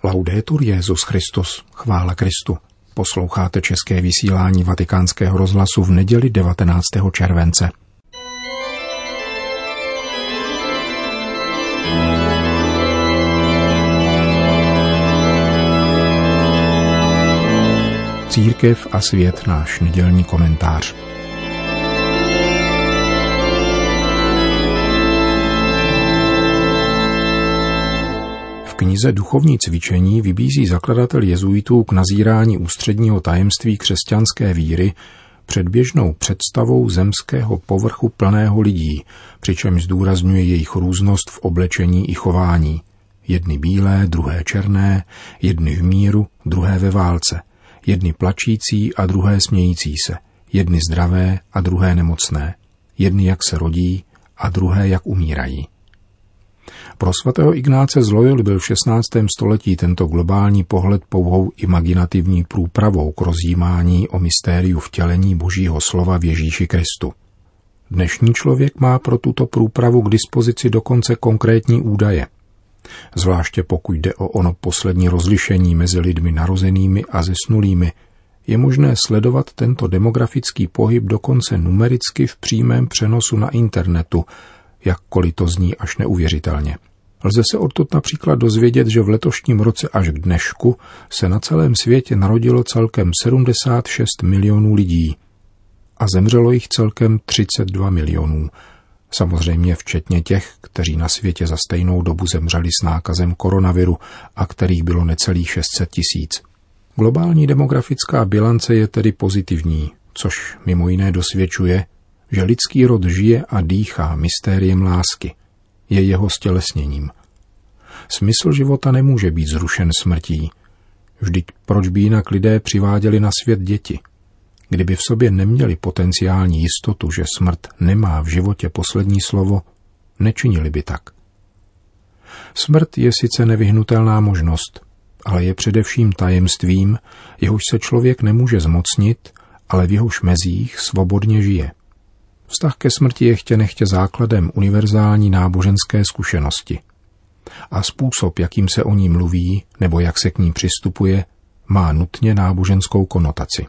Laudetur Jesus Christus, chvála Kristu. Posloucháte české vysílání Vatikánského rozhlasu v neděli 19. července. Církev a svět, náš nedělní komentář. V knize Duchovní cvičení vybízí zakladatel jezuitů k nazírání ústředního tajemství křesťanské víry předběžnou představou zemského povrchu plného lidí, přičemž zdůrazňuje jejich různost v oblečení i chování. Jedny bílé, druhé černé, jedny v míru, druhé ve válce, jedny plačící a druhé smějící se, jedny zdravé a druhé nemocné, jedny jak se rodí a druhé jak umírají. Pro svatého Ignáce z Loyoly byl v 16. století tento globální pohled pouhou imaginativní průpravou k rozjímání o mystériu vtělení Božího slova v Ježíši Kristu. Dnešní člověk má pro tuto průpravu k dispozici dokonce konkrétní údaje. Zvláště pokud jde o ono poslední rozlišení mezi lidmi narozenými a zesnulými, je možné sledovat tento demografický pohyb dokonce numericky v přímém přenosu na internetu, jakkoliv to zní až neuvěřitelně. Lze se odtud například dozvědět, že v letošním roce až k dnešku se na celém světě narodilo celkem 76 milionů lidí a zemřelo jich celkem 32 milionů. Samozřejmě včetně těch, kteří na světě za stejnou dobu zemřeli s nákazem koronaviru a kterých bylo necelých 600 000. Globální demografická bilance je tedy pozitivní, což mimo jiné dosvědčuje, že lidský rod žije a dýchá mystériem lásky. Je jeho stělesněním. Smysl života nemůže být zrušen smrtí. Vždyť proč by jinak lidé přiváděli na svět děti? Kdyby v sobě neměli potenciální jistotu, že smrt nemá v životě poslední slovo, nečinili by tak. Smrt je sice nevyhnutelná možnost, ale je především tajemstvím, jehož se člověk nemůže zmocnit, ale v jehož mezích svobodně žije. Vztah ke smrti je chtě nechtě základem univerzální náboženské zkušenosti. A způsob, jakým se o ní mluví, nebo jak se k ní přistupuje, má nutně náboženskou konotaci.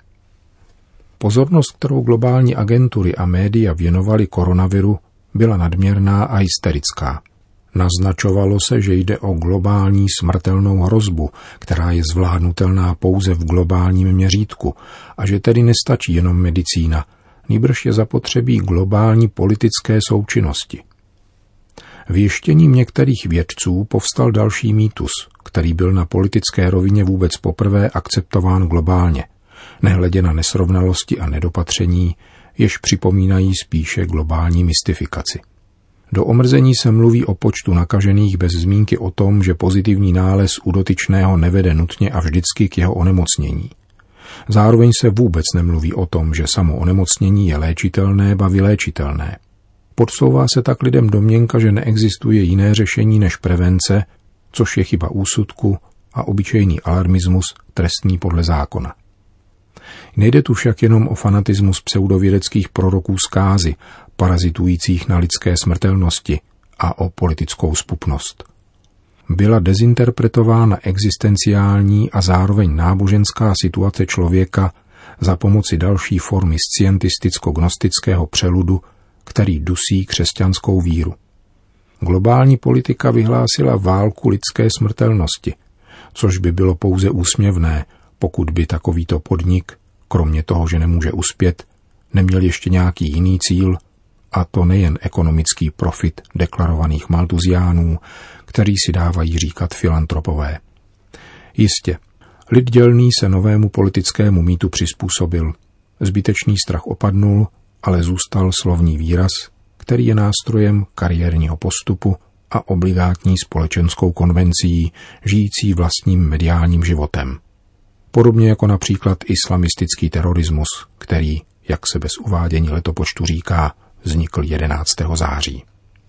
Pozornost, kterou globální agentury a média věnovaly koronaviru, byla nadměrná a hysterická. Naznačovalo se, že jde o globální smrtelnou hrozbu, která je zvládnutelná pouze v globálním měřítku a že tedy nestačí jenom medicína, nýbrž je zapotřebí globální politické součinnosti. Věštěním některých vědců povstal další mýtus, který byl na politické rovině vůbec poprvé akceptován globálně, nehledě na nesrovnalosti a nedopatření, jež připomínají spíše globální mystifikaci. Do omrzení se mluví o počtu nakažených bez zmínky o tom, že pozitivní nález u dotyčného nevede nutně a vždycky k jeho onemocnění. Zároveň se vůbec nemluví o tom, že samo onemocnění je léčitelné ba vyléčitelné. Podsouvá se tak lidem domněnka, že neexistuje jiné řešení než prevence, což je chyba úsudku a obyčejný alarmismus trestný podle zákona. Nejde tu však jenom o fanatismus pseudovědeckých proroků zkázy, parazitujících na lidské smrtelnosti a o politickou zpupnost. Byla dezinterpretována existenciální a zároveň náboženská situace člověka za pomoci další formy scientisticko-gnostického přeludu, který dusí křesťanskou víru. Globální politika vyhlásila válku lidské smrtelnosti, což by bylo pouze úsměvné, pokud by takovýto podnik, kromě toho, že nemůže uspět, neměl ještě nějaký jiný cíl, a to nejen ekonomický profit deklarovaných maltuziánů, který si dávají říkat filantropové. Jistě, lid dělný se novému politickému mýtu přizpůsobil. Zbytečný strach opadnul, ale zůstal slovní výraz, který je nástrojem kariérního postupu a obligátní společenskou konvencí, žijící vlastním mediálním životem. Podobně jako například islamistický terorismus, který, jak se bez uvádění letopočtu říká, vznikl 11. září.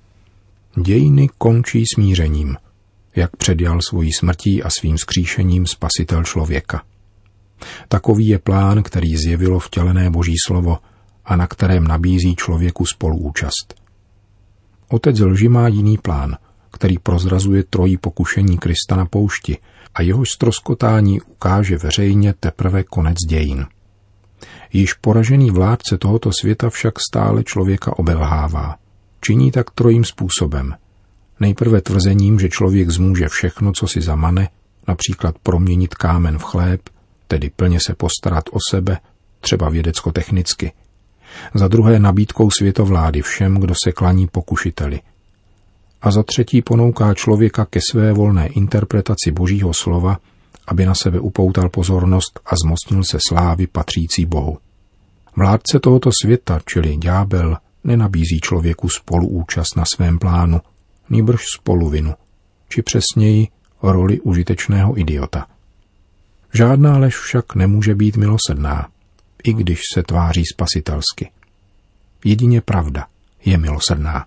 Dějiny končí smířením, jak předjal svojí smrtí a svým vzkříšením spasitel člověka. Takový je plán, který zjevilo vtělené Boží slovo a na kterém nabízí člověku spoluúčast. Otec lži má jiný plán, který prozrazuje trojí pokušení Krista na poušti a jehož ztroskotání ukáže veřejně teprve konec dějin. Již poražený vládce tohoto světa však stále člověka obelhává. Činí tak trojím způsobem. Nejprve tvrzením, že člověk zmůže všechno, co si zamane, například proměnit kámen v chléb, tedy plně se postarat o sebe, třeba vědecko-technicky. Za druhé nabídkou světovlády všem, kdo se klaní pokušiteli. A za třetí ponouká člověka ke své volné interpretaci Božího slova, aby na sebe upoutal pozornost a zmocnil se slávy patřící Bohu. Vládce tohoto světa, čili ďábel, nenabízí člověku spoluúčast na svém plánu, nýbrž spoluvinu, či přesněji roli užitečného idiota. Žádná lež však nemůže být milosrdná, i když se tváří spasitelsky. Jedině pravda je milosrdná.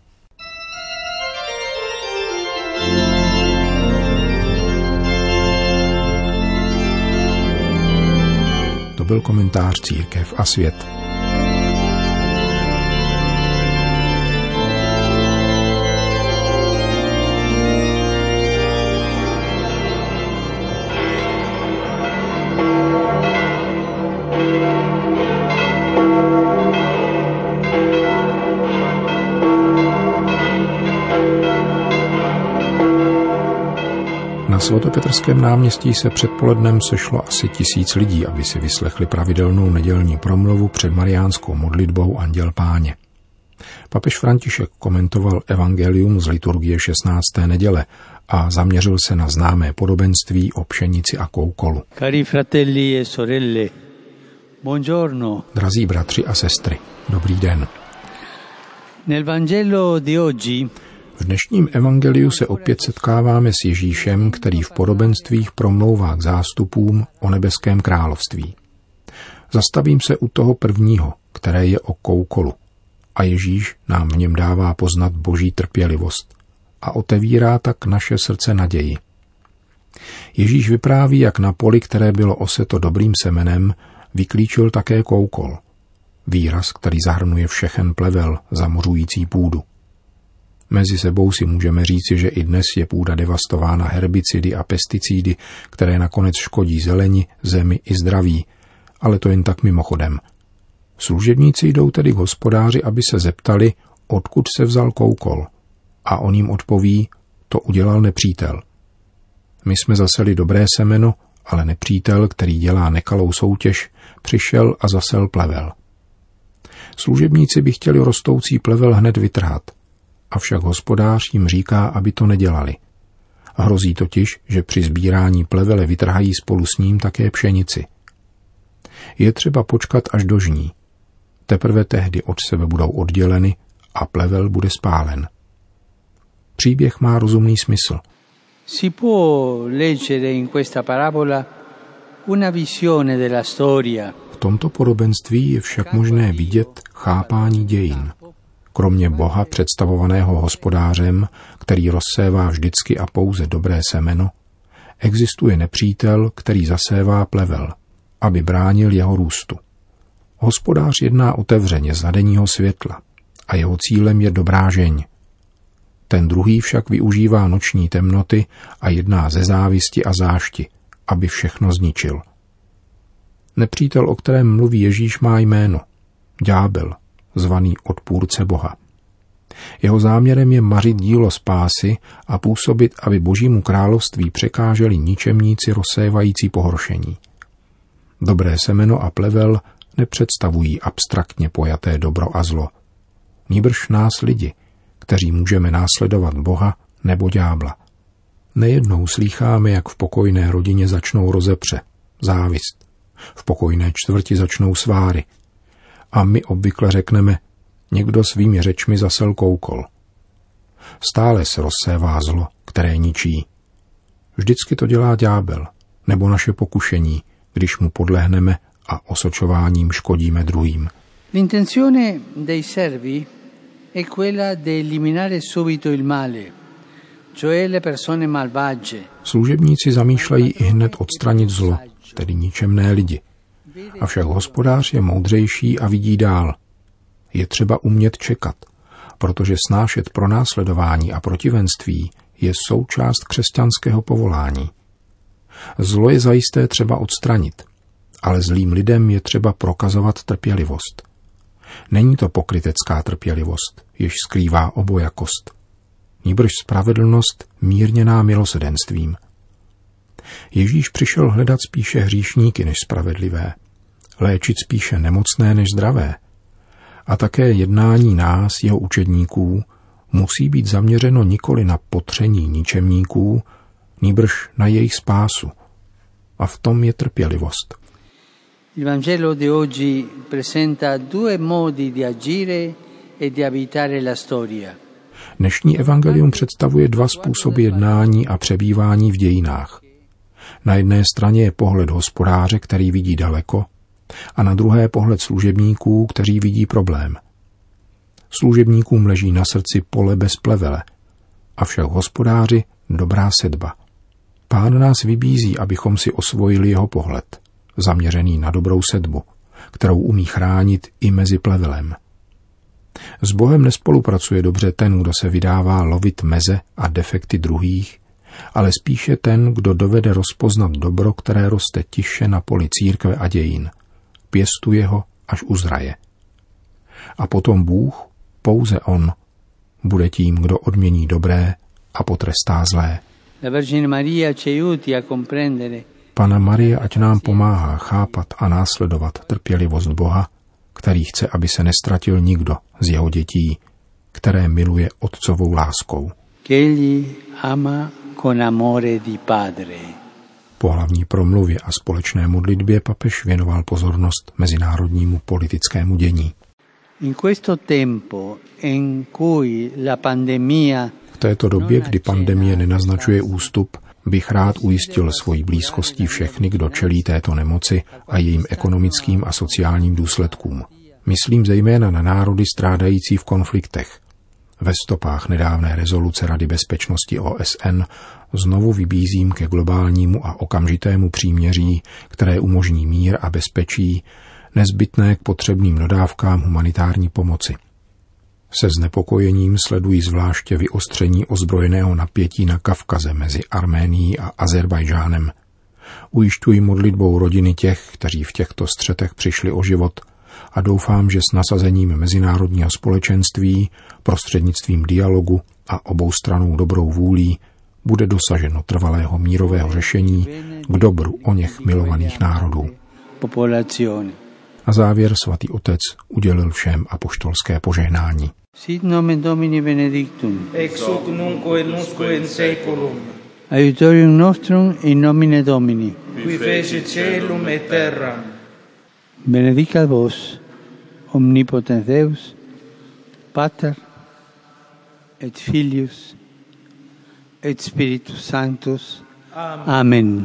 To byl komentář Církev a svět. Na svatopetrském náměstí se předpolednem sešlo asi 1000 lidí, aby si vyslechli pravidelnou nedělní promluvu před mariánskou modlitbou Anděl Páně. Papež František komentoval evangelium z liturgie 16. neděle a zaměřil se na známé podobenství o pšenici a koukolu. Cari fratelli e sorelle, buongiorno. Drazí bratři a sestry, dobrý den. Nel Vangelo di oggi v dnešním evangeliu se opět setkáváme s Ježíšem, který v podobenstvích promlouvá k zástupům o nebeském království. Zastavím se u toho prvního, které je o koukolu, a Ježíš nám v něm dává poznat Boží trpělivost a otevírá tak naše srdce naději. Ježíš vypráví, jak na poli, které bylo oseto dobrým semenem, vyklíčil také koukol, výraz, který zahrnuje všechen plevel zamořující půdu. Mezi sebou si můžeme říci, že i dnes je půda devastována herbicidy a pesticidy, které nakonec škodí zeleni, zemi i zdraví, ale to jen tak mimochodem. Služebníci jdou tedy k hospodáři, aby se zeptali, odkud se vzal koukol, a on jim odpoví, to udělal nepřítel. My jsme zaseli dobré semeno, ale nepřítel, který dělá nekalou soutěž, přišel a zasel plevel. Služebníci by chtěli rostoucí plevel hned vytrhat, avšak hospodář jim říká, aby to nedělali. Hrozí totiž, že při sbírání plevele vytrhají spolu s ním také pšenici. Je třeba počkat až do žní. Teprve tehdy od sebe budou odděleny a plevel bude spálen. Příběh má rozumný smysl. Si può leggere in questa parabola una visione della storia. V tomto podobenství je však možné vidět chápání dějin. Kromě Boha představovaného hospodářem, který rozsévá vždycky a pouze dobré semeno, existuje nepřítel, který zasévá plevel, aby bránil jeho růstu. Hospodář jedná otevřeně za denního světla a jeho cílem je dobrá žeň. Ten druhý však využívá noční temnoty a jedná ze závisti a zášti, aby všechno zničil. Nepřítel, o kterém mluví Ježíš, má jméno – ďábel, zvaný odpůrce Boha. Jeho záměrem je mařit dílo spásy a působit, aby Božímu království překáželi ničemníci rozsévající pohoršení. Dobré semeno a plevel nepředstavují abstraktně pojaté dobro a zlo. Nýbrž nás lidi, kteří můžeme následovat Boha nebo ďábla. Nejednou slýcháme, jak v pokojné rodině začnou rozepře, závist. V pokojné čtvrti začnou sváry. A my obvykle řekneme, někdo svými řečmi zasel koukol. Stále se rozsévá zlo, které ničí. Vždycky to dělá ďábel, nebo naše pokušení, když mu podlehneme a osočováním škodíme druhým. L'intenzione dei servi è quella di eliminare subito il male, cioè le persone malvagie. Služebníci zamýšlejí i hned odstranit zlo, tedy ničemné lidi. Avšak hospodář je moudřejší a vidí dál. Je třeba umět čekat, protože snášet pronásledování a protivenství je součást křesťanského povolání. Zlo je zajisté třeba odstranit, ale zlým lidem je třeba prokazovat trpělivost. Není to pokrytecká trpělivost, jež skrývá obojakost. Nýbrž spravedlnost mírněná milosrdenstvím. Ježíš přišel hledat spíše hříšníky než spravedlivé, léčit spíše nemocné než zdravé. A také jednání nás, jeho učedníků, musí být zaměřeno nikoli na potření ničemníků, nýbrž na jejich spásu. A v tom je trpělivost. Il Vangelo di oggi presenta due modi di agire e di abitare la storia. Dnešní evangelium představuje dva způsoby jednání a přebývání v dějinách. Na jedné straně je pohled hospodáře, který vidí daleko, a na druhé pohled služebníků, kteří vidí problém. Služebníkům leží na srdci pole bez plevele, avšak hospodáři dobrá sedba. Pán nás vybízí, abychom si osvojili jeho pohled, zaměřený na dobrou sedbu, kterou umí chránit i mezi plevelem. S Bohem nespolupracuje dobře ten, kdo se vydává lovit meze a defekty druhých, ale spíše ten, kdo dovede rozpoznat dobro, které roste tiše na poli církve a dějin. Pěstuje ho, až uzraje. A potom Bůh, pouze on, bude tím, kdo odmění dobré a potrestá zlé. Panna Marie ať nám pomáhá chápat a následovat trpělivost Boha, který chce, aby se nestratil nikdo z jeho dětí, které miluje otcovou láskou. Po hlavní promluvě a společné modlitbě papež věnoval pozornost mezinárodnímu politickému dění. V této době, kdy pandemie nenaznačuje ústup, bych rád ujistil svojí blízkostí všechny, kdo čelí této nemoci a jejím ekonomickým a sociálním důsledkům. Myslím zejména na národy strádající v konfliktech. Ve stopách nedávné rezoluce Rady bezpečnosti OSN znovu vybízím ke globálnímu a okamžitému příměří, které umožní mír a bezpečí, nezbytné k potřebným dodávkám humanitární pomoci. Se znepokojením sledují zvláště vyostření ozbrojeného napětí na Kavkaze mezi Arménií a Azerbajdžánem. Ujišťuji modlitbou rodiny těch, kteří v těchto střetech přišli o život, a doufám, že s nasazením mezinárodního společenství, prostřednictvím dialogu a oboustrannou dobrou vůlí bude dosaženo trvalého mírového řešení k dobru oněch milovaných národů. Na závěr svatý otec udělil všem apoštolské požehnání. Sit nomen Domini benedictum. Ex hoc nunc et usque in saeculum. Aiutorium nostrum in nomine Domini. Qui fece caelum et terram. Benedicat vos, omnipotens Deus, Pater et Filius et Spiritus Sanctus. Amen.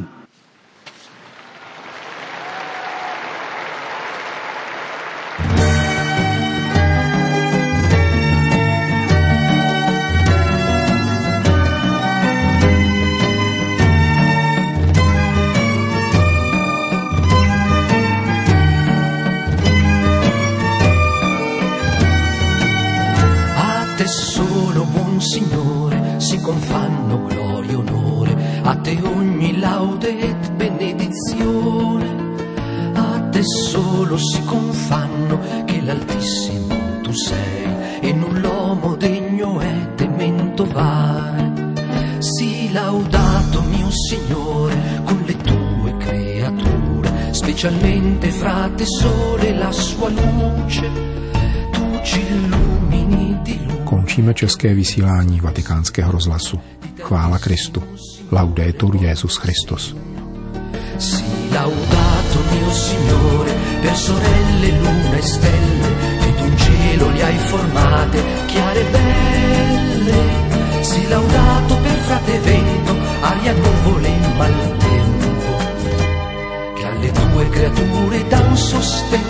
Solo buon Signore si confanno gloria e onore, a te ogni laude et benedizione, a te solo si confanno che l'Altissimo tu sei e null'uomo degno è temento vai. Sii laudato mio Signore con le tue creature, specialmente fra te sole la sua luce, tu ci illumini di luce. Končíme české vysílání Vatikánského rozhlasu. Chvála Kristu. Laudetur Jesus Christus. Si laudato mio Signore per sorelle, luna e stelle, che tu in cielo li hai formate, chiare e belle. Si laudato per frate vento, aria, nuvole e maltempo, che alle tue creature dan sostegno.